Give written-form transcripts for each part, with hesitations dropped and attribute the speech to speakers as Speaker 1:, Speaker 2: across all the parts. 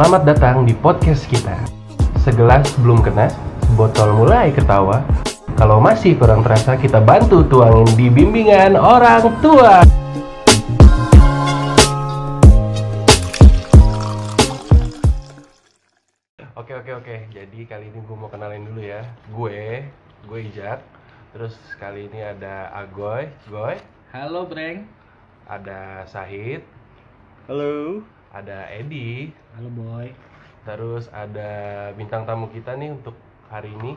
Speaker 1: Selamat datang di podcast kita. Segelas belum kena, botol mulai ketawa. Kalau masih kurang terasa, kita bantu tuangin di bimbingan orang tua. Oke. Jadi kali ini gue mau kenalin dulu ya. Gue Ijak. Terus kali ini ada Agoy.
Speaker 2: Halo Breng.
Speaker 1: Ada Sahid.
Speaker 3: Halo.
Speaker 1: Ada Edi.
Speaker 2: Halo Boy.
Speaker 1: Terus ada bintang tamu kita nih untuk hari ini.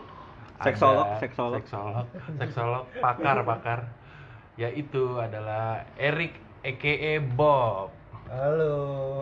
Speaker 1: Seksolog, pakar. Yaitu adalah Erik aka Bob.
Speaker 3: Halo.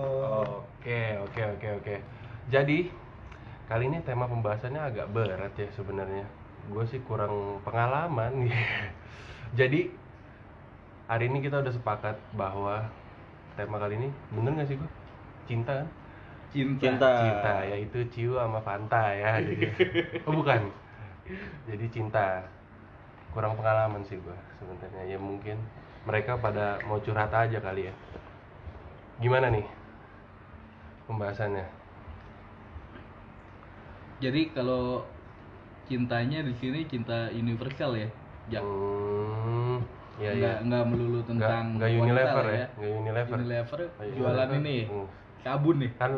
Speaker 1: Oke. Jadi kali ini tema pembahasannya agak berat ya sebenarnya. Gue sih kurang pengalaman. Jadi hari ini kita udah sepakat bahwa tema kali ini bener nggak sih gue? Cinta kan? Cinta, yaitu Ciu sama Fanta ya. Jadi, bukan. Jadi cinta. Kurang pengalaman sih gue sebenarnya. Ya mungkin mereka pada mau curhat aja kali ya. Gimana nih pembahasannya?
Speaker 2: Jadi kalau cintanya di sini cinta universal ya? Nggak melulu tentang
Speaker 1: nggak Unilever
Speaker 2: ya.
Speaker 1: Nggak Unilever.
Speaker 2: Jualan ini sabun nih.
Speaker 1: Kan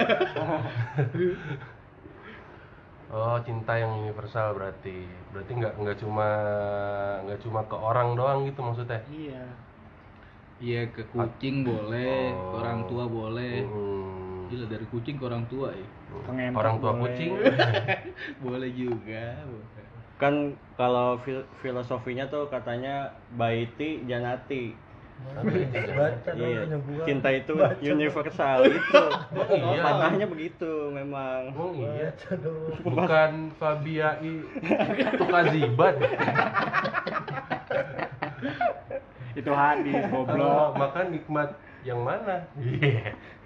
Speaker 1: Oh, cinta yang universal berarti nggak cuma ke orang doang gitu maksudnya?
Speaker 2: Iya, ke kucing boleh, ke orang tua boleh. Gila, dari kucing ke orang tua ya.
Speaker 1: Orang tua boleh. Kucing
Speaker 2: boleh juga.
Speaker 3: Kan kalau filosofinya tuh katanya baiti janati. Iya. Cinta itu universal itu.
Speaker 1: Iya.
Speaker 3: Patahnya begitu memang.
Speaker 1: Oh iya. Bukan Fabiai Tukazibat.
Speaker 4: Itu hadis goblok.
Speaker 1: Maka nikmat yang mana? Iya.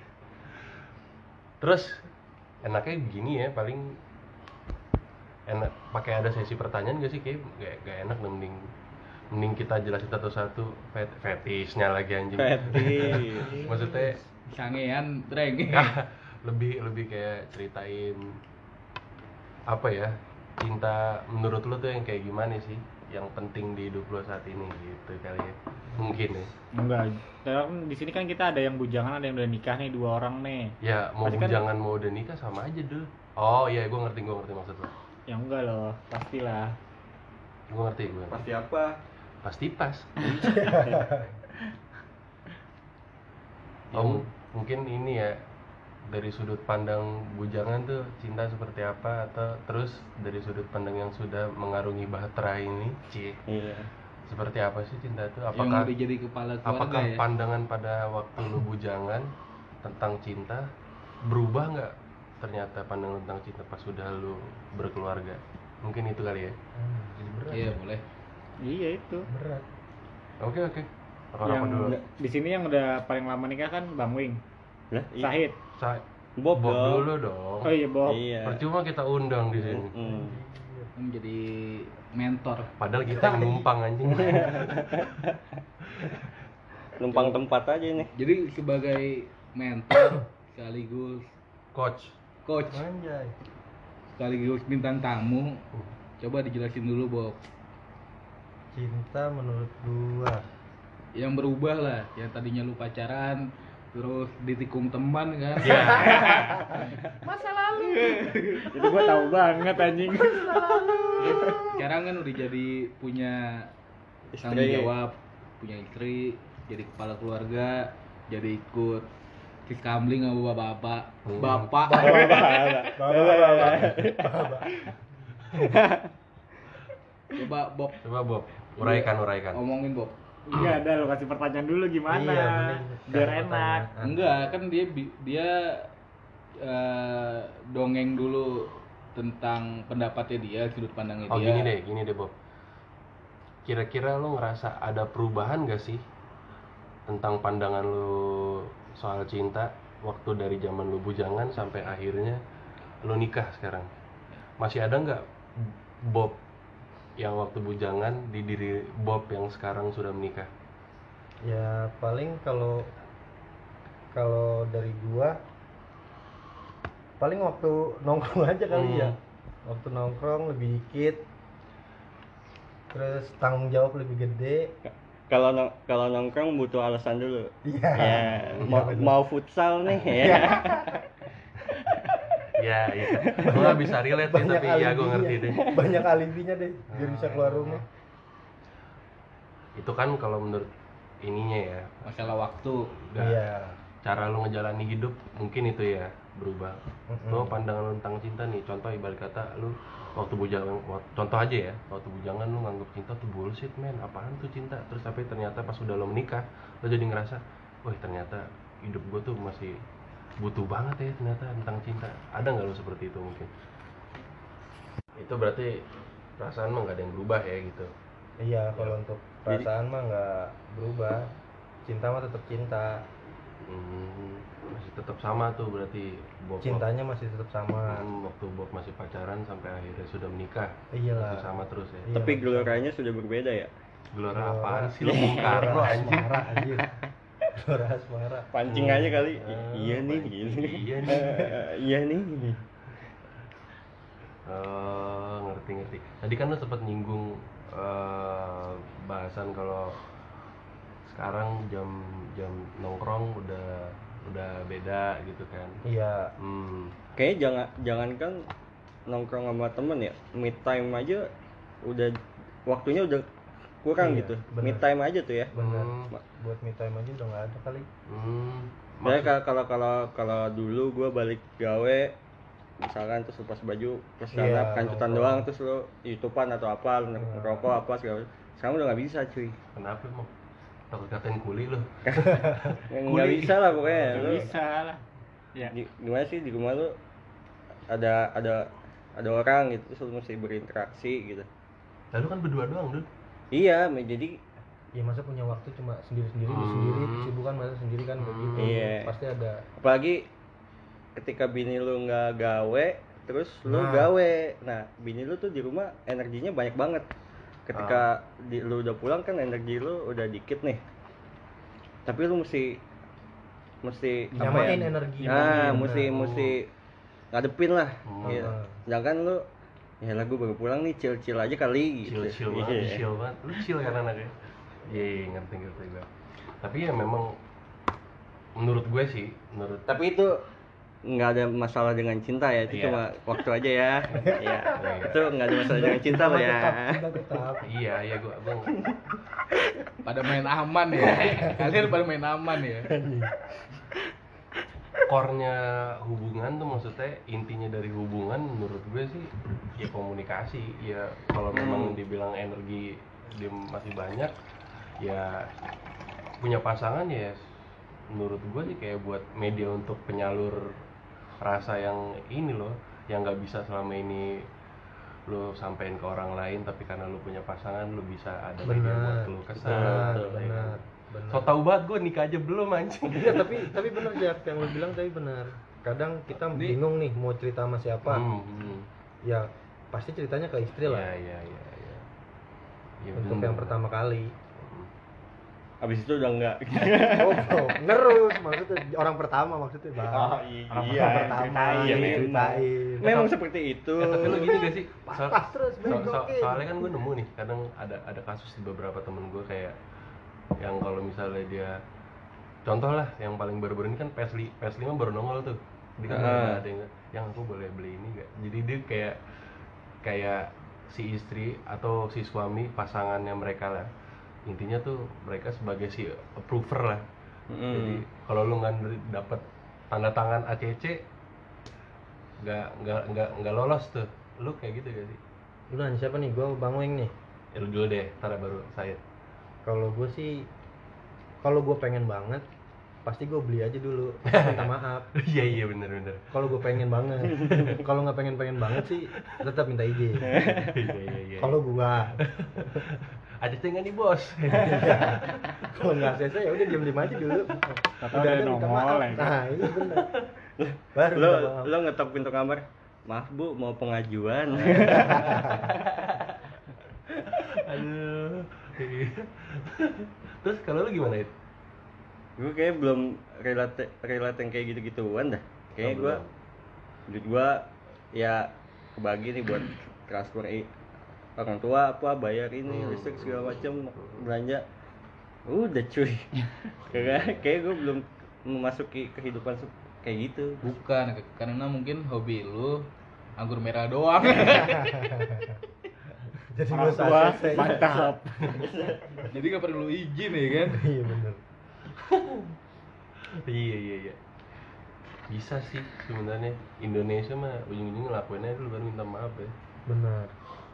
Speaker 1: Terus enaknya begini ya, paling enak pakai ada sesi pertanyaan gak sih? Kayak gak enak, mending kita jelasin satu-satu fetishnya lagi anjing.
Speaker 3: Fetish.
Speaker 1: Maksudnya
Speaker 2: sangean Breng.
Speaker 1: lebih kayak ceritain apa ya, cinta menurut lo tuh yang kayak gimana sih, yang penting di hidup lo saat ini gitu kali ya. Mungkin ya.
Speaker 4: Enggak. Di sini kan kita ada yang bujangan, ada yang udah nikah nih, 2 orang nih.
Speaker 1: Ya, mau
Speaker 4: Pasti
Speaker 1: bujangan kan, mau udah nikah sama aja dulu. Oh iya, gue ngerti maksud lo.
Speaker 4: Ya enggak loh, pastilah.
Speaker 1: Gue ngerti.
Speaker 3: Pasti apa?
Speaker 1: Pasti pas. Mungkin ini ya, dari sudut pandang bujangan tuh cinta seperti apa, atau terus dari sudut pandang yang sudah mengarungi bahtera ini,
Speaker 3: Iya.
Speaker 1: seperti apa sih cinta itu?
Speaker 2: Yang udah jadi kepala keluarga.
Speaker 1: Apakah
Speaker 2: ya?
Speaker 1: pandangan pada waktu lu bujangan tentang cinta berubah nggak ternyata pandangan tentang cinta pas sudah lu berkeluarga? Mungkin itu kali ya.
Speaker 2: Iya, boleh.
Speaker 4: Iya itu.
Speaker 3: Berat.
Speaker 1: Oke.
Speaker 4: Yang di sini yang udah paling lama nikah kan Bang Wing. Sahid.
Speaker 1: Bob dulu dong.
Speaker 4: Oh iya Bob.
Speaker 3: Iya.
Speaker 1: Percuma kita undang di sini.
Speaker 2: Jadi mentor.
Speaker 1: Padahal kita yang numpang anjing.
Speaker 3: Numpang tempat aja nih.
Speaker 2: Jadi sebagai mentor sekaligus coach
Speaker 3: Anjay.
Speaker 2: sekaligus bintang tamu, coba dijelasin dulu Bob.
Speaker 5: Cinta menurut gua
Speaker 2: Yang berubah lah, yang tadinya lu pacaran terus ditikung teman kan.
Speaker 1: Iya.
Speaker 2: Masa lalu.
Speaker 4: Itu gua tahu banget anjing.
Speaker 2: Sekarang kan udah jadi punya tanggung
Speaker 3: Istri.
Speaker 2: jawab, punya istri, jadi kepala keluarga, jadi ikut kiskamling sama bapak. Coba Bob,
Speaker 1: uraikan.
Speaker 2: omongin Bob.
Speaker 4: Enggak ada, lo kasih pertanyaan dulu gimana?
Speaker 5: Iya, mending
Speaker 4: biar
Speaker 5: kasih
Speaker 4: enak.
Speaker 5: pertanyaan.
Speaker 2: Enggak, kan dia dongeng dulu tentang pendapatnya dia, sudut pandangnya
Speaker 1: Oh
Speaker 2: dia.
Speaker 1: gini deh Bob. Kira-kira lo ngerasa ada perubahan gak sih tentang pandangan lo soal cinta waktu dari zaman lo bujangan sampai akhirnya lo nikah sekarang? Masih ada nggak Bob yang waktu bujangan di diri Bob yang sekarang sudah menikah?
Speaker 5: Ya paling kalau dari gua paling waktu nongkrong aja kali ya.
Speaker 1: Hmm.
Speaker 5: Waktu nongkrong lebih dikit, terus tanggung jawab lebih gede.
Speaker 3: Kalau nongkrong butuh alasan dulu.
Speaker 5: Iya.
Speaker 3: Ya, mau futsal nih ya.
Speaker 1: Iya, iya. Gue gak bisa relate sih, tapi iya gue ngerti deh.
Speaker 5: Banyak alibinya deh biar bisa keluar rumah.
Speaker 1: Itu kan kalau menurut ininya ya,
Speaker 2: Masalah waktu.
Speaker 1: nggak-
Speaker 5: Iya.
Speaker 1: cara lu ngejalani hidup mungkin itu ya berubah.
Speaker 5: Mm-mm.
Speaker 1: Lo pandangan lu tentang cinta nih, contoh ibarat kata lu waktu bujangan, contoh aja ya, waktu bujangan lu nganggap cinta tuh bullshit men, apaan tuh cinta, terus tapi ternyata pas udah lo menikah lo jadi ngerasa, wah ternyata hidup gue tuh masih butuh banget ya ternyata tentang cinta. Ada nggak lo seperti itu mungkin? Itu berarti perasaan mah nggak ada yang berubah ya gitu.
Speaker 5: Iya, kalau untuk perasaan mah nggak berubah. Cinta mah tetap cinta.
Speaker 1: Masih tetap sama tuh berarti Bob.
Speaker 5: Cintanya masih tetap sama.
Speaker 1: Waktu Bob masih pacaran sampai akhirnya sudah menikah.
Speaker 5: Iyalah.
Speaker 1: Masih sama terus ya.
Speaker 5: Iya,
Speaker 3: Tapi
Speaker 5: masih
Speaker 3: geloranya sudah berbeda ya.
Speaker 1: Gelora
Speaker 5: Gelora.
Speaker 1: apaan sih lu Bung Karno anjing?
Speaker 5: Asmara anjir. Gelora asmara.
Speaker 3: Pancing aja kali.
Speaker 1: Ah,
Speaker 3: Iya nih
Speaker 1: pancing.
Speaker 3: gitu.
Speaker 1: Iya nih.
Speaker 3: Iya nih.
Speaker 1: Ngerti. Tadi kan lu sempat nyinggung bahasan kalau sekarang jam nongkrong udah beda gitu kan.
Speaker 5: Iya.
Speaker 3: Kayaknya jangankan nongkrong sama temen ya, me time aja udah waktunya udah kurang
Speaker 5: Iya,
Speaker 3: gitu.
Speaker 5: bener.
Speaker 3: Me time aja tuh ya.
Speaker 5: Benar.
Speaker 1: Hmm.
Speaker 5: Buat me time aja udah nggak ada kali.
Speaker 3: Ya kalau dulu gue balik gawe misalkan terus lepas baju terus
Speaker 5: Iya,
Speaker 3: sana kancutan
Speaker 5: nongkrong.
Speaker 3: doang terus lo YouTubean atau apa lo ngerokok apa segala macam. Sekarang udah nggak bisa cuy.
Speaker 1: Kenapa emang? Takut katain kuli lu.
Speaker 3: Nggak bisa lah pokoknya.
Speaker 4: Nggak
Speaker 3: Lo
Speaker 4: bisa lah. Ya.
Speaker 3: gimana sih di rumah lo ada orang gitu terus lo mesti berinteraksi gitu.
Speaker 1: Lalu kan berdua doang, Dul.
Speaker 3: Iya, jadi
Speaker 5: Ya masa punya waktu cuma sendiri-sendiri, lu sendiri, kesibukan masa sendiri kan begitu.
Speaker 3: Iya.
Speaker 5: Pasti ada.
Speaker 3: apalagi ketika bini lu nggak gawe terus lu
Speaker 5: Nah.
Speaker 3: gawe. Nah, bini lu tuh di rumah energinya banyak banget. Ketika lu udah pulang kan energi lu udah dikit nih. Tapi lu mesti apa ya?
Speaker 5: Nyamain energi.
Speaker 3: Nah,
Speaker 5: Bener.
Speaker 3: mesti ngadepin lah.
Speaker 1: Hmm.
Speaker 3: Gitu. Sedangkan lu ya lah gue baru pulang nih chill aja kali gitu.
Speaker 1: Chill banget,
Speaker 3: Iya.
Speaker 1: chill banget. Lu chill kan anaknya? Iya, ngerti gue. Tapi ya memang menurut gue sih,
Speaker 3: Tapi itu nggak ada masalah dengan cinta ya, itu
Speaker 1: Iya.
Speaker 3: cuma waktu aja ya. Iya.
Speaker 1: Iya.
Speaker 3: Itu nggak ada masalah dengan cinta loh ya.
Speaker 5: Tetap.
Speaker 1: iya gue
Speaker 2: Pada main aman ya. Kalian pada main aman ya.
Speaker 1: core-nya hubungan tuh maksudnya intinya dari hubungan menurut gue sih ya komunikasi. Ya kalau memang dibilang energi dia masih banyak ya punya pasangan ya menurut gue sih kayak buat media untuk penyalur rasa yang ini loh, yang nggak bisa selama ini lo sampein ke orang lain, tapi karena lo punya pasangan lo bisa ada media buat lo kesal.
Speaker 5: Benar.
Speaker 1: So tau banget gue nikah aja belum anjing.
Speaker 5: Iya, tapi benar Jack, yang lu bilang tadi benar. Kadang kita bingung nih mau cerita sama siapa. Ya pasti ceritanya ke istri lah.
Speaker 1: Iya. Ya,
Speaker 5: Untuk
Speaker 1: bener.
Speaker 5: yang pertama kali.
Speaker 3: Abis itu udah enggak.
Speaker 5: Oh, bro, nerus maksudnya orang pertama maksudnya bang. Orang pertama ceritain.
Speaker 3: Memang seperti itu.
Speaker 1: Tapi lo gini gak sih?
Speaker 5: Pas terus, begokin.
Speaker 1: Soalnya kan gue nemu nih, kadang ada kasus di beberapa temen gue kayak yang kalau misalnya dia, contoh lah yang paling baru-baru ini kan PS5 baru nongol tuh. Dia kan ada yang aku boleh beli ini gak? Jadi dia kayak si istri atau si suami pasangannya mereka lah. Intinya tuh mereka sebagai si approver lah. Jadi kalau lu nggak dapet tanda tangan ACC nggak lolos tuh. Lu kayak gitu gak sih?
Speaker 5: Lu nanya siapa nih? Gua Bang Weng nih.
Speaker 1: Ya lu dulu deh, ntar baru saya.
Speaker 5: Kalau gue sih, kalau gue pengen banget, pasti gue beli aja dulu. Minta maaf.
Speaker 1: Iya bener.
Speaker 5: Kalau gue pengen banget, kalau nggak pengen banget sih, tetap minta izin.
Speaker 1: Iya.
Speaker 5: Kalau gua,
Speaker 1: ACC nggak nih bos?
Speaker 5: kalau nggak selesai ya udah diam aja dulu.
Speaker 4: Tahu ada
Speaker 5: minta
Speaker 4: nongol
Speaker 5: maaf.
Speaker 4: ya.
Speaker 5: Nah ini benar. Baru
Speaker 3: Lo
Speaker 5: minta maaf.
Speaker 3: lo ngetok pintu kamar. Maaf Bu, mau pengajuan.
Speaker 1: Aduh. Terus kalau lu gimana itu?
Speaker 3: Gue kayak belum relate yang kayak gitu-gituan dah. Kayaknya gue duit gua ya kebagi nih buat transfer orang tua apa bayar ini listrik segala macam belanja udah cuy. kayak gue belum memasuki kehidupan kayak gitu.
Speaker 2: Bukan, karena mungkin hobi lu anggur merah doang.
Speaker 5: Jadi
Speaker 4: Orang
Speaker 5: gak usah
Speaker 4: tua
Speaker 5: ACC.
Speaker 4: mantap.
Speaker 2: Jadi gak perlu izin ya kan?
Speaker 5: Iya bener.
Speaker 1: Iya. Bisa sih sebenarnya Indonesia mah ujung-ujungnya ngelakuinnya dulu baru minta maaf ya.
Speaker 5: Benar.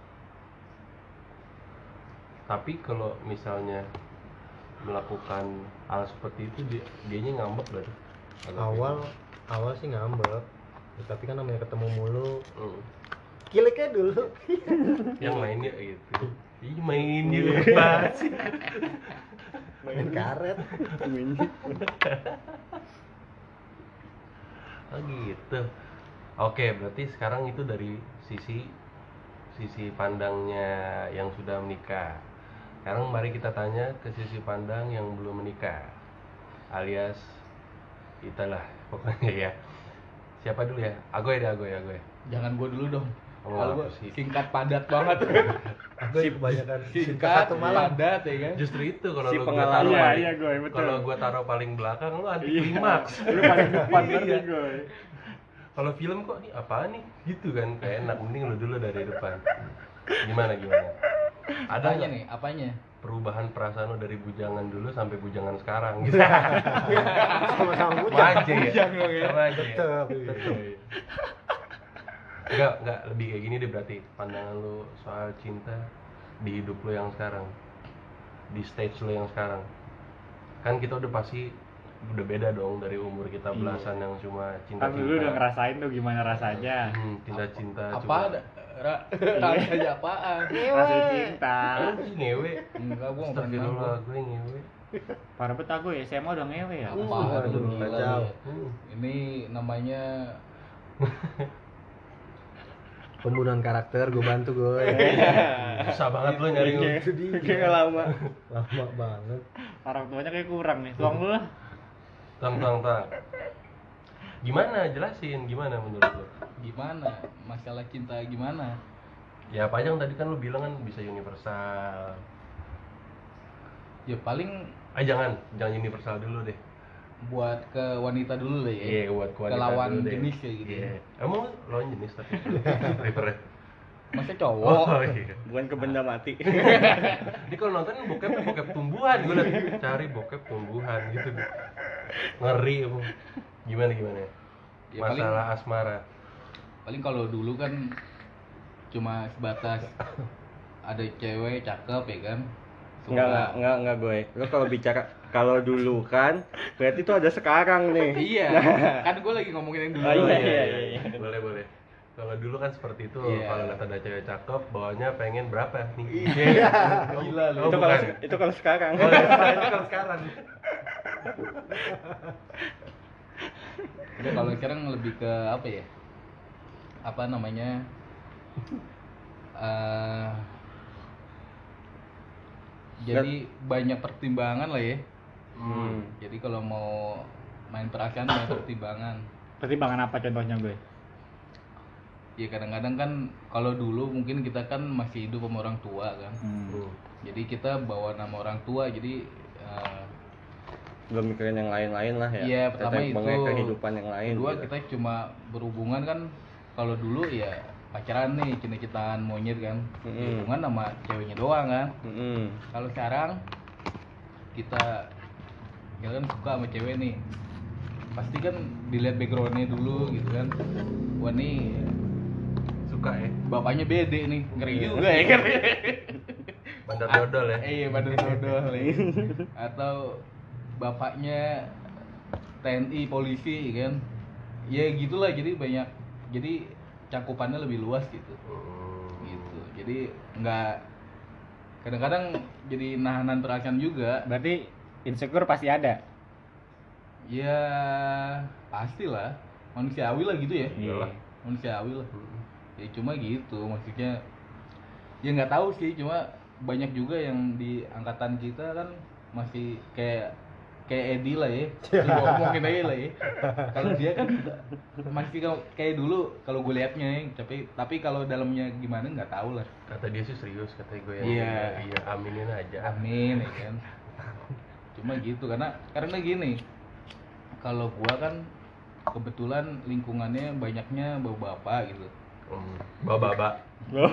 Speaker 1: Tapi kalau misalnya melakukan hal seperti itu dianya ngambek gak tuh?
Speaker 5: Awal sih ngambek. Ya, tapi kan namanya ketemu mulu.
Speaker 1: Hmm.
Speaker 5: Kiliknya dulu.
Speaker 1: Yang mainnya gitu. Ih main juga sih.
Speaker 5: Main karet.
Speaker 1: Oh gitu. Oke, berarti sekarang itu dari sisi pandangnya yang sudah menikah. Sekarang mari kita tanya ke sisi pandang yang belum menikah. Alias itulah pokoknya ya. Siapa dulu ya? Agoy.
Speaker 2: Jangan gua dulu dong.
Speaker 1: Oh,
Speaker 2: Kalau gua
Speaker 1: apa sih?
Speaker 2: singkat padat banget.
Speaker 5: Aku kebanyakan
Speaker 2: Singkat
Speaker 5: satu malam.
Speaker 2: padat ya kan.
Speaker 1: Justru itu kalau
Speaker 3: Si
Speaker 1: lu gua
Speaker 3: pengalaman.
Speaker 1: taruh
Speaker 4: Iya,
Speaker 1: paling-
Speaker 4: iya, Goy, betul.
Speaker 1: kalau gua taruh paling belakang lu anti klimaks.
Speaker 4: Lu paling depan
Speaker 1: Iya.
Speaker 4: berarti gue.
Speaker 1: Kalau film kok nih apaan nih? Gitu kan kayak enak, mending lu dulu dari depan. Gimana? Ada
Speaker 2: Apanya
Speaker 1: nggak
Speaker 2: nih? Apanya?
Speaker 1: perubahan perasaan lo dari bujangan dulu sampai bujangan sekarang gitu?
Speaker 5: Sama-sama
Speaker 1: Sama
Speaker 5: bujang.
Speaker 1: aja ya. Sama aja ya.
Speaker 5: Tetep.
Speaker 1: Enggak lebih kayak gini deh berarti pandangan lo soal cinta di hidup lo yang sekarang, di stage lo yang sekarang. Kan kita udah pasti udah beda dong dari umur kita belasan yang cuma cinta.
Speaker 4: Kan dulu udah ngerasain tuh gimana rasanya.
Speaker 1: Cinta
Speaker 2: Apa ada? Rasanya apaan?
Speaker 4: Rasa cinta.
Speaker 1: ngewe.
Speaker 2: Enggak, gua nggak pernah.
Speaker 1: Astagfirullah, gue ngewe.
Speaker 4: Parah bet aku ya, SMA udah ngewe ya.
Speaker 2: Apaan lu gila
Speaker 5: kacau.
Speaker 2: lu. Ini namanya
Speaker 5: Pembunuhan karakter gue bantu gue.
Speaker 1: Susah banget lo nyari
Speaker 3: Itu dia. Kayak lama.
Speaker 5: Lama banget.
Speaker 4: Orang tuanya kayak kurang nih. Tuang dulu lah.
Speaker 1: tang. Gimana? Jelasin gimana menurut lo?
Speaker 2: gimana? Masalah cinta gimana?
Speaker 1: Ya apa aja yang tadi kan lo bilang kan bisa universal.
Speaker 2: Ya paling
Speaker 1: Jangan universal dulu deh.
Speaker 2: buat ke wanita dulu lah ya.
Speaker 1: Iya, buat
Speaker 2: Ke
Speaker 1: wanita
Speaker 2: lawan
Speaker 1: dulu deh.
Speaker 2: jenis kayak gitu.
Speaker 1: Iya. Emang lawan jenis tapi prefernya.
Speaker 2: Masa cowok?
Speaker 1: Oh iya.
Speaker 3: Bukan ke benda mati.
Speaker 1: Ini kalau nonton bokep tumbuhan, gue liat cari bokep tumbuhan gitu. Ngeri emang. Gimana?
Speaker 2: Ya,
Speaker 1: Masalah asmara.
Speaker 2: Paling kalau dulu kan cuma sebatas ada cewek cakep ya kan.
Speaker 3: Enggak gue. Lo kalau bicara kalau dulu kan berarti itu ada sekarang nih.
Speaker 2: Iya. Kan gue lagi ngomongin yang dulu.
Speaker 3: Oh, iya.
Speaker 1: Boleh. Kalau dulu kan seperti itu,
Speaker 2: Iya.
Speaker 1: kalau lihat ada cewek cakep, bawahnya pengen berapa nih?
Speaker 2: Iya. Gila lu.
Speaker 1: Oh,
Speaker 3: Itu kalau
Speaker 1: bukan.
Speaker 3: itu kalau sekarang.
Speaker 1: Oh, itu kalau sekarang.
Speaker 2: Udah, kalau sekarang lebih ke apa ya? Apa namanya? Jadi banyak pertimbangan lah ya. Jadi kalau mau main perasaan banyak pertimbangan.
Speaker 4: Pertimbangan apa contohnya gue?
Speaker 2: Ya kadang-kadang kan kalau dulu mungkin kita kan masih hidup sama orang tua kan. Jadi kita bawa nama orang tua, jadi
Speaker 3: Belum mikirin yang lain-lain lah ya.
Speaker 2: iya, pertama
Speaker 3: Tetap
Speaker 2: itu.
Speaker 3: mengenai kehidupan yang lain.
Speaker 2: Kedua
Speaker 3: gitu.
Speaker 2: kita cuma berhubungan kan, kalau dulu ya pacaran nih, cinta-cintaan monyet kan. Hubungan sama ceweknya doang kan. Kalau sekarang kita kan suka sama cewek nih, pasti kan dilihat backgroundnya dulu gitu kan. Wah nih
Speaker 1: Suka ya?
Speaker 2: bapaknya bede nih, ngeri juga ya kan.
Speaker 1: Bandar dodol ya?
Speaker 2: Iya, bandar dodol ya. Atau bapaknya TNI, polisi kan. Ya gitulah, jadi banyak, jadi cakupannya lebih luas gitu. Gitu. Jadi nggak, kadang-kadang jadi nahanan perasaan juga.
Speaker 4: Berarti insecure pasti ada.
Speaker 2: Ya pastilah, manusiawi lah gitu ya.
Speaker 1: Iyalah.
Speaker 2: Manusiawi lah. Ya cuma gitu, maksudnya ya nggak tahu sih, cuma banyak juga yang di angkatan kita kan masih kayak kayak Edi lah ya. Lu ngomongin aja lah ya. Kalau dia kan masih kayak dulu kalau gue liatnya ya. Tapi kalau dalamnya gimana nggak tahu lah.
Speaker 1: Kata dia sih serius, kata gue ya.
Speaker 2: Iya,
Speaker 1: aminin aja.
Speaker 2: Amin ya kan. Cuma gitu karena gini. Kalau gua kan kebetulan lingkungannya banyaknya bapak-bapak gitu.
Speaker 1: Bapak-bapak.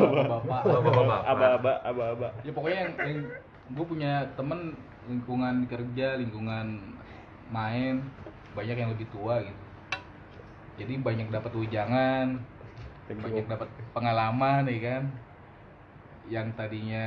Speaker 3: Aba-aba.
Speaker 2: Ya pokoknya yang gue punya temen lingkungan kerja, lingkungan main banyak yang lebih tua gitu. Jadi banyak dapat ujangan, banyak dapat pengalaman ya kan. Yang tadinya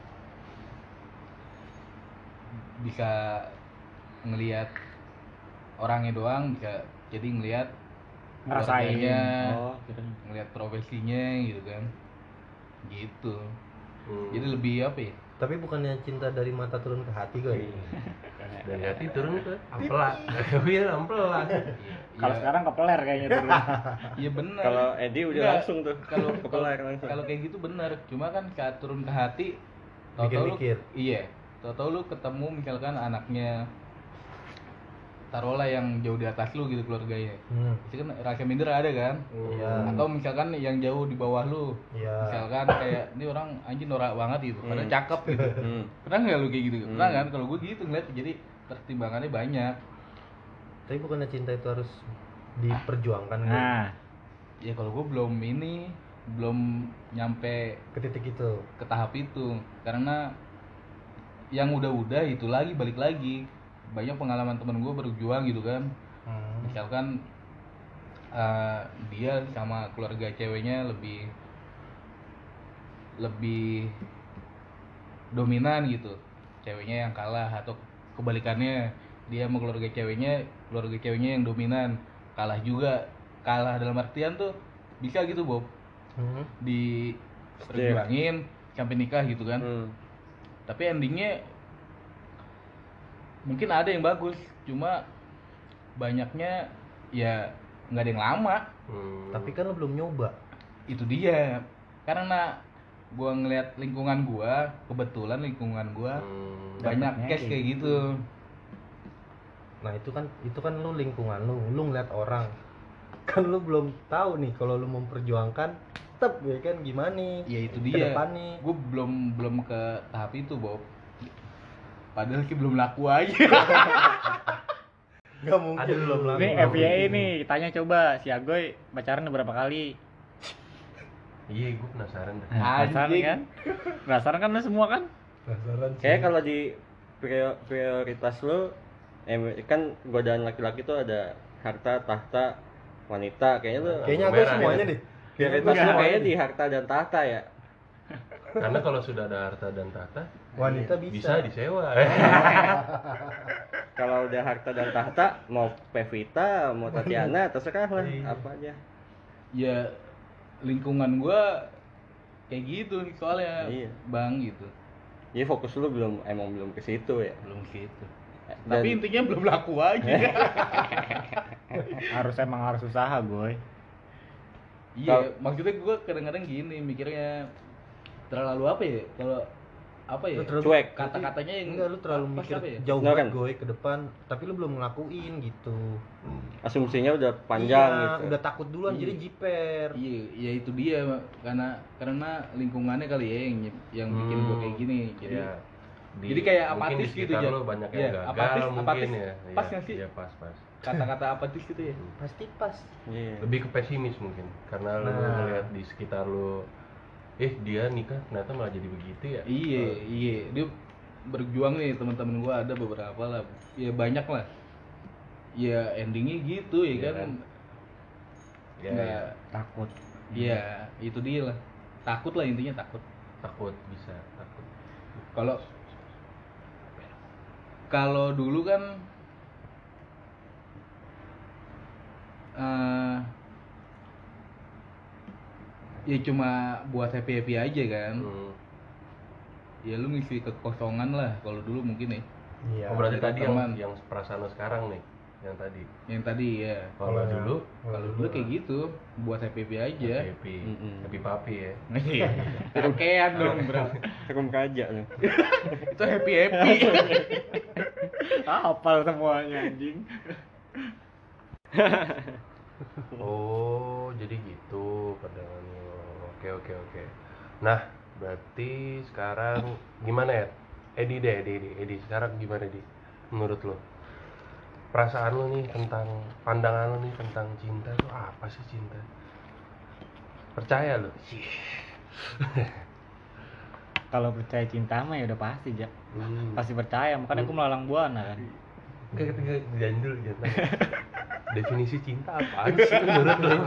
Speaker 2: bisa ngelihat orangnya doang, bisa jadi ngelihat
Speaker 4: ngerasainnya,
Speaker 2: ngelihat profesinya gitu kan. Gitu. Jadi lebih apa ya?
Speaker 5: Tapi bukannya cinta dari mata turun ke hati gue.
Speaker 1: Dari hati turun ke ampela. Iya, ampela.
Speaker 4: Kalau sekarang kepeler kayaknya turun.
Speaker 2: Iya benar.
Speaker 3: Kalau Edi udah
Speaker 2: Nggak,
Speaker 3: langsung tuh.
Speaker 2: Kalau
Speaker 3: kepeler langsung.
Speaker 2: Kalau kayak gitu benar. Cuma kan saat turun ke hati, tahu-tahu lu, iya. Tahu-tahu lu ketemu misalkan anaknya taruhlah yang jauh di atas lu gitu keluarganya. Itu kan rasa minder ada kan?
Speaker 5: Iya.
Speaker 2: Atau misalkan yang jauh di bawah lu.
Speaker 5: Iya.
Speaker 2: Misalkan kayak ini orang anjing norak banget gitu, padahal cakep gitu. Pernah nggak lu kayak gitu? Pernah kan? Kalau gue gitu ngeliat, jadi pertimbangannya banyak.
Speaker 5: Tapi bukannya cinta itu harus diperjuangkan gitu?
Speaker 4: Nah,
Speaker 2: Ya kalau gue belum nyampe
Speaker 5: Ke titik itu.
Speaker 2: ke tahap itu, karena yang udah itu lagi balik lagi. Banyak pengalaman temen gue berjuang gitu kan. Misalkan dia sama keluarga ceweknya lebih dominan gitu, ceweknya yang kalah, atau kebalikannya dia sama keluarga ceweknya yang dominan, kalah dalam artian tuh bisa gitu Bob, diperjuangin sampai nikah gitu kan. Tapi endingnya mungkin ada yang bagus, cuma banyaknya ya nggak ada yang lama.
Speaker 5: Tapi kan lo belum nyoba.
Speaker 2: Itu dia, karena gua ngelihat kebetulan lingkungan gua banyak case kayak gitu.
Speaker 5: Nah itu kan lu lingkungan lu ngeliat orang. Kan lu belum tahu nih kalau lu memperjuangkan tetep ya kan gimana?
Speaker 2: Ya itu dia.
Speaker 5: Kedepannya.
Speaker 2: Gue belum ke tahap itu Bob. Padahal sih belum laku aja.
Speaker 5: Gak mungkin belum laku.
Speaker 4: ini FYI nih, tanya coba si Agoy pacaran berapa kali?
Speaker 1: Iya, gue penasaran deh.
Speaker 4: Penasaran kan? Penasaran kan lu semua kan?
Speaker 5: Penasaran sih.
Speaker 3: Kayak kalau di prioritas lo kan godaan laki-laki tuh ada harta, tahta, wanita.
Speaker 5: Kayaknya aku semuanya deh.
Speaker 3: Prioritas lo kayaknya di harta dan tahta ya.
Speaker 1: Karena kalau sudah ada harta dan tahta,
Speaker 5: wanita
Speaker 1: bisa disewa.
Speaker 3: Kalau udah harta dan tahta, mau Pevita, mau Tatiana, terserah lah, apa aja.
Speaker 2: Ya lingkungan gua kayak gitu soalnya,
Speaker 3: Iya.
Speaker 2: Bang gitu.
Speaker 3: Jadi fokus lu emang belum ke situ ya.
Speaker 2: Belum gitu.
Speaker 3: Dan-
Speaker 2: Tapi intinya belum laku aja.
Speaker 4: Emang harus usaha, Boy.
Speaker 2: Iya, maksudnya gua kadang-kadang gini mikirnya, terlalu apa ya? Kalau apa ya?
Speaker 5: Lu terlalu
Speaker 3: cuek.
Speaker 2: Kata-katanya yang
Speaker 5: Enggak, lu terlalu
Speaker 2: pas
Speaker 5: mikir
Speaker 2: apa ya?
Speaker 5: jauh
Speaker 3: Enggak
Speaker 5: banget
Speaker 3: kan?
Speaker 5: gue ke depan, tapi lu belum ngelakuin gitu.
Speaker 3: Asumsinya udah panjang
Speaker 5: Iya,
Speaker 3: gitu.
Speaker 5: udah takut duluan jadi jiper.
Speaker 2: Iya, ya itu dia, karena lingkungannya kali ya yang bikin gua kayak gini. Jadi
Speaker 1: Iya.
Speaker 2: jadi kayak
Speaker 1: mungkin
Speaker 2: apatis
Speaker 1: di
Speaker 2: gitu,
Speaker 1: sekitar
Speaker 2: Jan.
Speaker 1: lo banyak
Speaker 2: Iya,
Speaker 1: yang gagal
Speaker 2: apatis
Speaker 1: mungkin ya.
Speaker 2: pas
Speaker 1: Iya,
Speaker 2: nggak sih?
Speaker 1: Iya, pas.
Speaker 2: kata-kata apatis gitu ya.
Speaker 5: Pasti pas.
Speaker 3: Iya.
Speaker 1: Lebih ke pesimis mungkin. Karena lo ngeliat di sekitar lo, dia nikah ternyata malah jadi begitu ya.
Speaker 2: Iya, dia berjuang nih, teman-teman gua ada beberapa lah, ya banyak lah, ya endingnya gitu ya
Speaker 1: Iya
Speaker 2: kan.
Speaker 1: kan? Ya,
Speaker 2: Nggak-
Speaker 1: ya.
Speaker 4: Takut.
Speaker 2: Iya, itu dia lah, takut lah intinya, takut.
Speaker 1: Takut bisa, takut.
Speaker 2: Kalau dulu kan ya cuma buat happy aja kan. Ya lu ngisi kekosongan lah kalau dulu mungkin ya.
Speaker 5: Iya.
Speaker 1: Oh, berarti tadi
Speaker 2: teman.
Speaker 1: yang perasaan lo sekarang nih, yang tadi.
Speaker 2: Yang tadi ya.
Speaker 1: Kalau dulu
Speaker 2: Kalau dulu kayak gitu, buat happy aja.
Speaker 1: happy papi ya.
Speaker 2: Iya. Kakean dong, bro.
Speaker 3: Rum kaja lu.
Speaker 2: Itu happy.
Speaker 4: Hafal semuanya anjing.
Speaker 1: Oh, jadi gitu pandangannya. Oke. Nah, berarti sekarang gimana ya? Edi. Sekarang gimana, Di? Menurut lo? Perasaan lo nih tentang pandangan lo nih tentang cinta itu apa sih cinta? Percaya lo?
Speaker 4: Kalau percaya cinta mah ya udah pasti, Jak.
Speaker 1: Hmm.
Speaker 4: Pasti percaya, makanya aku melalang buana kan.
Speaker 1: Enggak jangan dulu. Definisi cinta apaan sih menurut lo?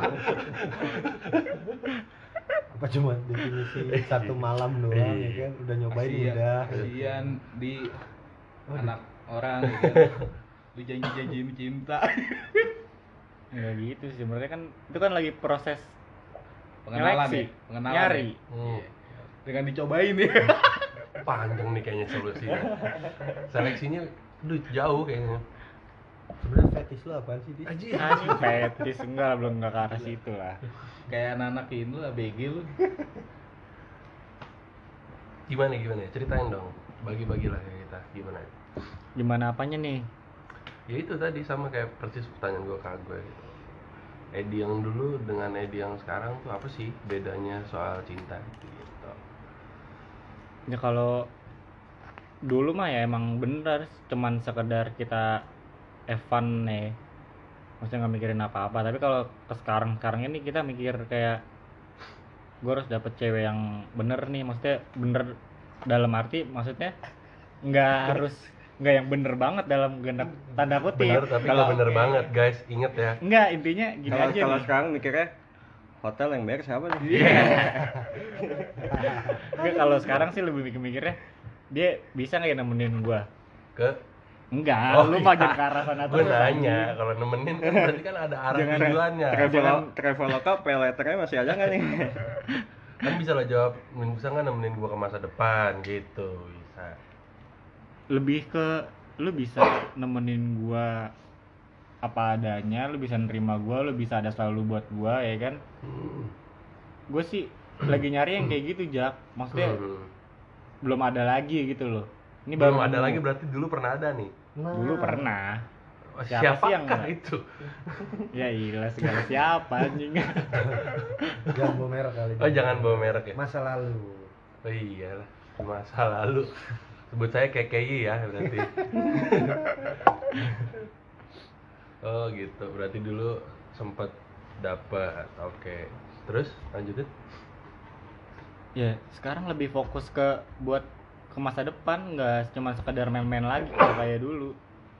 Speaker 5: Apa cuma definisi satu malam doang ya kan? Udah nyobain udah.
Speaker 2: Kasihan di anak orang ya kan. Lu janji-janjiin cinta.
Speaker 4: Ya gitu sih, sebenarnya kan itu kan lagi proses
Speaker 2: Pengenalan
Speaker 4: nyeleksi,
Speaker 2: ya, pengenalan.
Speaker 4: nyari.
Speaker 2: Ya? Iya. Dengan dicobain ya.
Speaker 1: Panjang nih kayaknya solusinya. Seleksinya jauh kayaknya.
Speaker 5: Sebenarnya fetish lu apaan sih, Di?
Speaker 4: Anjing fetis belum enggak ke arah situ lah.
Speaker 2: Kayak anak-anak ini lu ABG lu.
Speaker 1: Gimana? Ceritain dong. Bagi-bagilah ya kita.
Speaker 4: Gimana apanya nih?
Speaker 1: Ya itu tadi sama kayak persis pertanyaan gue ke gue gitu. Edi yang dulu dengan Edi yang sekarang tuh apa sih bedanya soal cinta gitu.
Speaker 4: Ya kalau dulu mah ya emang bener cuman sekedar kita have fun nih, maksudnya nggak mikirin apa-apa. Tapi kalau ke sekarang ini kita mikir kayak gue harus dapet cewek yang bener nih, maksudnya bener dalam arti maksudnya nggak yang bener banget dalam tanda kutip.
Speaker 1: Bener tapi nggak bener banget guys, inget ya.
Speaker 4: Nggak, intinya gini aja
Speaker 3: Kalau
Speaker 4: nih.
Speaker 3: sekarang mikirnya hotel yang bayar siapa nih?
Speaker 4: Nggak, kalau sekarang sih lebih mikirnya dia bisa nggak ya nemenin gue. Enggak,
Speaker 1: Oh,
Speaker 4: lu
Speaker 1: iya.
Speaker 4: mah jangan ke arah sana
Speaker 1: Gue
Speaker 4: terus.
Speaker 1: nanya kalau nemenin kan berarti kan ada arah
Speaker 4: Jangan-
Speaker 1: tujuannya.
Speaker 3: Traveloka pay letternya masih ada nggak nih?
Speaker 1: Kan bisa lo jawab, bisa nggak nemenin gue ke masa depan gitu, bisa.
Speaker 4: Lebih ke lu bisa nemenin gua apa adanya, lu bisa nerima gua, lu bisa ada selalu buat gua ya kan. Gue sih lagi nyari yang kayak gitu, Jak. Maksudnya belum ada lagi gitu loh. Ini
Speaker 1: Belum
Speaker 4: baru
Speaker 1: ada
Speaker 4: nemu.
Speaker 1: lagi berarti dulu pernah ada nih.
Speaker 4: Dulu pernah.
Speaker 1: Oh,
Speaker 4: Siapa sih yang
Speaker 1: siapakah
Speaker 4: nggak?
Speaker 1: itu?
Speaker 4: Ya ilah segala siapa anjing.
Speaker 5: Jangan bawa merek kali.
Speaker 1: Oh jangan bawa merek ya.
Speaker 5: Masa lalu.
Speaker 1: Oh iyalah, masa lalu. Sebut saya KKI ya berarti. Oh gitu, berarti dulu sempet dapet. Oke. Terus lanjutin.
Speaker 4: Ya, sekarang lebih fokus buat ke masa depan, nggak cuma sekedar main-main lagi kayak dulu.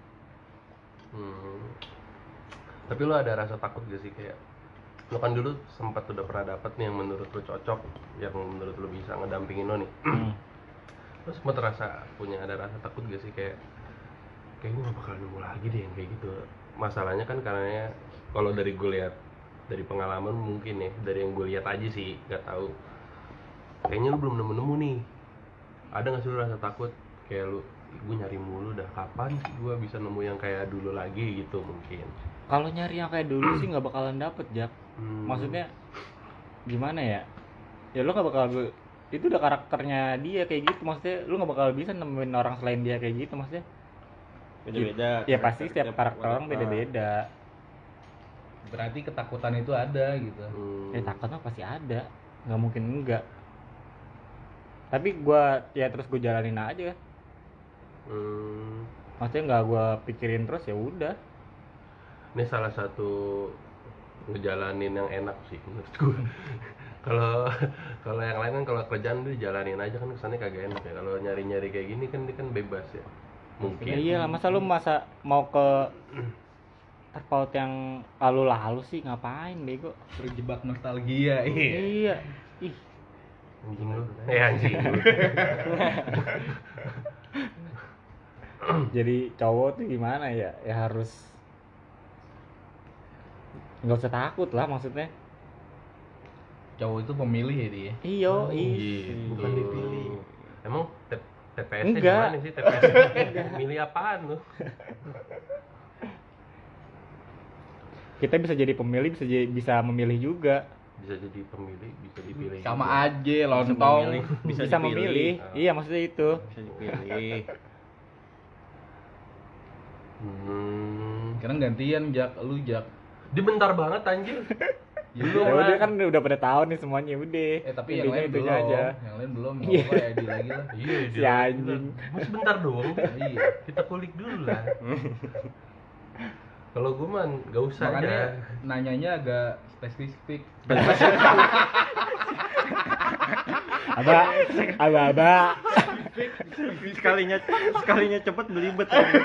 Speaker 1: Tapi lo ada rasa takut gak sih kayak lo kan dulu sempat udah pernah dapet nih yang menurut lo cocok, yang menurut lo bisa ngedampingin lo nih. Lo sempat punya ada rasa takut gak sih kayak ini gak bakal nemu lagi deh yang kayak gitu. Masalahnya kan karena kalau dari gue lihat dari pengalaman mungkin ya, dari yang gue lihat aja sih, nggak tahu. Kayaknya lo belum nemu nih. Ada nggak sih lo rasa takut kayak gue nyari mulu dah, kapan sih gue bisa nemu yang kayak dulu lagi gitu mungkin.
Speaker 4: Kalau nyari yang kayak dulu sih nggak bakalan dapet, Jak. Maksudnya gimana ya? Ya lu nggak bakal, itu udah karakternya dia kayak gitu. Maksudnya lu nggak bakal bisa nemuin orang selain dia kayak gitu. Maksudnya
Speaker 3: Beda-beda.
Speaker 4: ya pasti setiap karakter orang beda-beda.
Speaker 2: Berarti ketakutan itu ada gitu.
Speaker 4: Takut mah pasti ada, nggak mungkin enggak. Tapi gua ya terus gue jalanin aja. Maksudnya nggak gua pikirin terus, ya udah.
Speaker 1: Ini salah satu ngejalanin yang enak sih menurut gue. Kalau yang lain kan kalau kerjaan tuh dijalanin aja kan kesannya kagak enak ya. Kalau nyari-nyari kayak gini kan dia kan bebas ya. Mungkin.
Speaker 4: Ya iyalah, masa lu mau ke terpaut yang lalu-lalu sih, ngapain bego?
Speaker 2: Terjebak nostalgia.
Speaker 4: Iya. Ih,
Speaker 1: Anjing lu. Anjing lu.
Speaker 4: jadi cowok tuh gimana ya? Ya harus nggak usah takut lah, maksudnya.
Speaker 2: Cowok itu pemilih ya dia.
Speaker 4: Iyo,
Speaker 1: Gitu.
Speaker 5: Bukan dipilih.
Speaker 1: Emang TPS-nya
Speaker 4: Enggak.
Speaker 1: gimana sih? TPS milih apaan lu?
Speaker 4: Kita bisa jadi pemilih, bisa memilih juga.
Speaker 1: Bisa jadi pemilih, bisa dipilih.
Speaker 2: Sama
Speaker 1: juga.
Speaker 2: aja lontong.
Speaker 3: Bisa
Speaker 4: Bisa
Speaker 3: dipilih.
Speaker 4: memilih. Iya, maksudnya itu.
Speaker 3: Bisa dipilih.
Speaker 2: Sekarang gantian Jak, lu Jak.
Speaker 1: Dia bentar banget anjir.
Speaker 2: Ya,
Speaker 4: Ya udah kan udah pada tahu nih semuanya udah.
Speaker 2: tapi yang
Speaker 4: Intinya
Speaker 2: lain
Speaker 4: itu
Speaker 2: belum.
Speaker 4: aja.
Speaker 2: Yang lain belum.
Speaker 4: Iya.
Speaker 2: Enggak apa-apa edit lagi lah.
Speaker 1: Iya,
Speaker 4: Si
Speaker 1: dia
Speaker 4: anjing.
Speaker 1: Mas bentar doang.
Speaker 2: Iya.
Speaker 1: Kita kulik dulu lah. Kalau gue mah gak usah
Speaker 2: Makanya
Speaker 1: aja.
Speaker 2: nanyanya agak spesifik.
Speaker 4: Aba.
Speaker 3: sekalinya cepet belibet.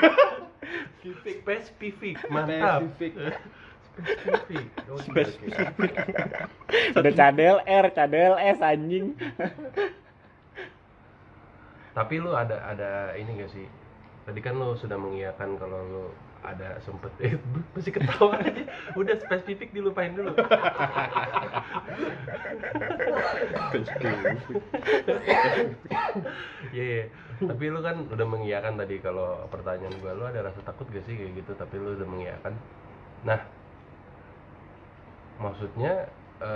Speaker 1: Spesifik, mantap.
Speaker 2: Spesifik.
Speaker 1: Spesifik. Oh, oke.
Speaker 4: Ada cadel R, cadel S anjing.
Speaker 1: Tapi lu ada ini gak sih? Tadi kan lu sudah mengiyakan kalau lu ada sempet masih ketawa aja. Udah spesifik dilupain dulu. Iya. Tapi lu kan udah mengiyakan tadi kalau pertanyaan gua, lu ada rasa takut gak sih kayak gitu? Tapi lu udah mengiyakan. Nah, maksudnya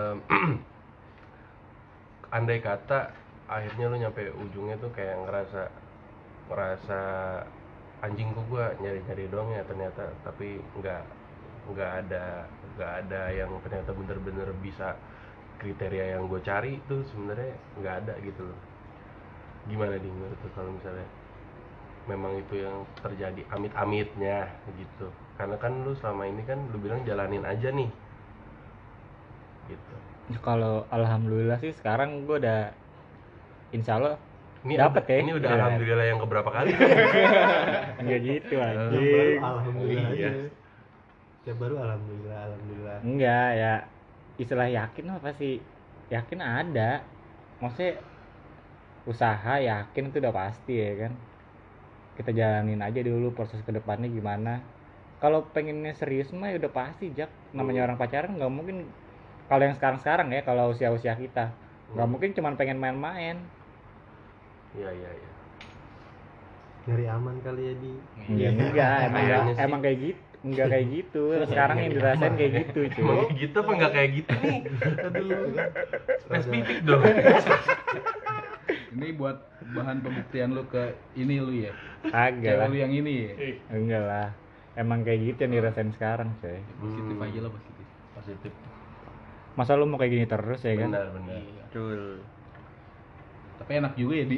Speaker 1: andai kata akhirnya lu nyampe ujungnya tuh kayak ngerasa anjing kok gua nyari-nyari doang ya ternyata, tapi nggak ada yang ternyata bener-bener bisa kriteria yang gue cari itu sebenarnya nggak ada gitu loh. Gimana nih menurut lu kalau misalnya memang itu yang terjadi amit-amitnya gitu? Karena kan lu selama ini kan lu bilang jalanin aja nih gitu.
Speaker 4: Kalau alhamdulillah sih sekarang gue udah insya Allah
Speaker 1: Ini
Speaker 4: dapet ya.
Speaker 1: Ini udah alhamdulillah yang keberapa kali?
Speaker 4: Enggak gitu
Speaker 5: Yang baru
Speaker 4: anjing.
Speaker 5: alhamdulillah
Speaker 1: Iya.
Speaker 5: aja. Yang baru alhamdulillah.
Speaker 4: Enggak ya, istilah yakin mah pasti yakin ada. Maksudnya usaha yakin itu udah pasti ya kan. Kita jalanin aja dulu proses kedepannya gimana. Kalau pengennya serius mah ya udah pasti Jak. Namanya orang pacaran nggak mungkin. Kalau yang sekarang ya, kalau usia kita nggak mungkin cuman pengen main-main.
Speaker 1: Iya.
Speaker 5: Nyari aman kali ya di.
Speaker 4: Ya enggak,
Speaker 1: Kayaknya sih.
Speaker 4: emang kayak gitu. Enggak kayak gitu. Sekarang yang dirasain kayak gitu, cuy.
Speaker 1: Emang kayak gitu apa nggak kayak gitu nih? Aduh, spesifik dong.
Speaker 2: Ini buat bahan pembuktian lu ke ini lu ya.
Speaker 4: Agak
Speaker 2: Cewek
Speaker 4: lah.
Speaker 2: lu yang ini ya.
Speaker 4: Enggak lah. Emang kayak gitu yang dirasain sekarang, coy.
Speaker 2: Positif aja lah positif.
Speaker 1: Positif.
Speaker 4: Masa lu mau kayak gini terus ya kan?
Speaker 1: Benar.
Speaker 2: Iya.
Speaker 3: Betul.
Speaker 2: Tapi enak juga ya di.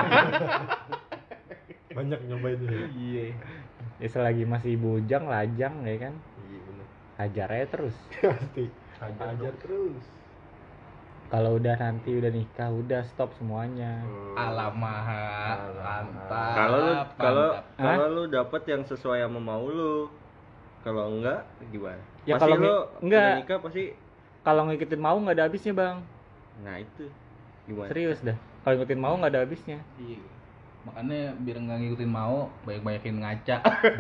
Speaker 5: Banyak nyobain dulu.
Speaker 2: Iya.
Speaker 4: Ya selagi masih bujang, lajang ya kan?
Speaker 5: Iya benar.
Speaker 4: Hajar aja terus.
Speaker 5: Pasti.
Speaker 1: Hajar
Speaker 5: Ajar
Speaker 1: dong.
Speaker 5: terus.
Speaker 4: Kalau udah nanti udah nikah, udah stop semuanya.
Speaker 2: Alamak,
Speaker 1: Alamak.
Speaker 2: mantap.
Speaker 3: Kalau lu dapet yang sesuai sama mau lu. Kalau enggak gimana?
Speaker 4: Ya
Speaker 3: Pasti
Speaker 4: kalau
Speaker 3: lu
Speaker 4: enggak.
Speaker 3: udah nikah pasti.
Speaker 4: Kalau ngikutin mau nggak ada habisnya, Bang.
Speaker 3: Nah itu gimana?
Speaker 4: Serius dah. Kalau ngikutin mau nggak ada habisnya.
Speaker 2: Iya. Makanya biar nggak ngikutin mau, banyak-banyakin ngaca.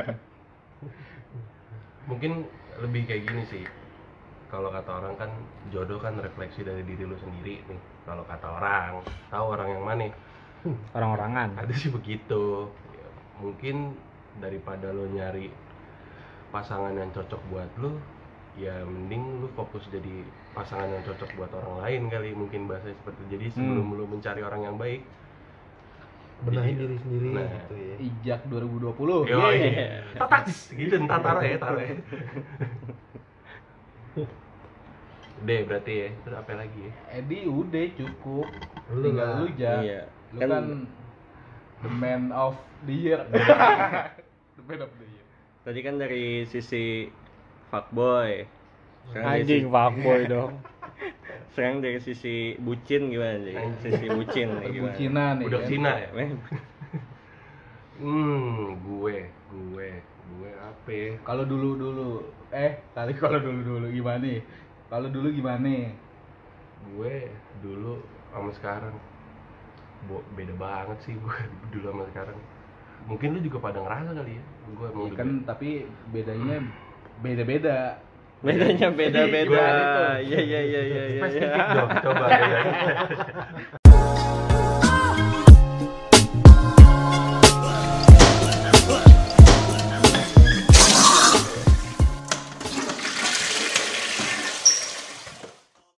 Speaker 1: Mungkin lebih kayak gini sih. Kalau kata orang kan jodoh kan refleksi dari diri lu sendiri nih. Kalau kata orang, tahu orang yang mana?
Speaker 4: Orang-orangan.
Speaker 1: Ada sih begitu. Ya, mungkin daripada lo nyari pasangan yang cocok buat lu, ya mending lu fokus jadi pasangan yang cocok buat orang lain kali, mungkin bahasanya seperti itu. Jadi sebelum lu mencari orang yang baik,
Speaker 5: Benahin
Speaker 1: jadi-
Speaker 5: diri sendiri
Speaker 1: Nah.
Speaker 5: gitu ya.
Speaker 2: Ijak 2020.
Speaker 1: yo tatas gitu ntar taruh ya. Deh berarti ya, terus apa lagi ya?
Speaker 2: Edi udah cukup.
Speaker 5: Lu
Speaker 2: Tinggal
Speaker 5: lah.
Speaker 2: lu Jak.
Speaker 3: Iya.
Speaker 2: Lu
Speaker 3: Kan-
Speaker 2: kan the man of the year. The man of the year.
Speaker 3: Tadi kan dari sisi fuckboy. Sekarang dari
Speaker 4: Anjing fuckboy dong.
Speaker 3: sekarang dari sisi bucin gimana sih?
Speaker 1: Anjing.
Speaker 3: Sisi bucin nih gimana?
Speaker 2: Perbucinan ya.
Speaker 1: Budak
Speaker 2: kan?
Speaker 1: Cina ya?
Speaker 3: Eh,
Speaker 1: Gue apa ya?
Speaker 2: Kalau dulu kalau dulu gimana nih? Kalau dulu gimana?
Speaker 1: Gue dulu sama sekarang beda banget sih gue dulu sama sekarang. Mungkin lu juga pada ngerasa kali ya. Gue emang
Speaker 2: Ya kan tapi bedanya beda-beda.
Speaker 3: bedanya beda-beda.
Speaker 1: Gimana tuh?
Speaker 3: Iya.
Speaker 1: spesifik dong, coba bedanya.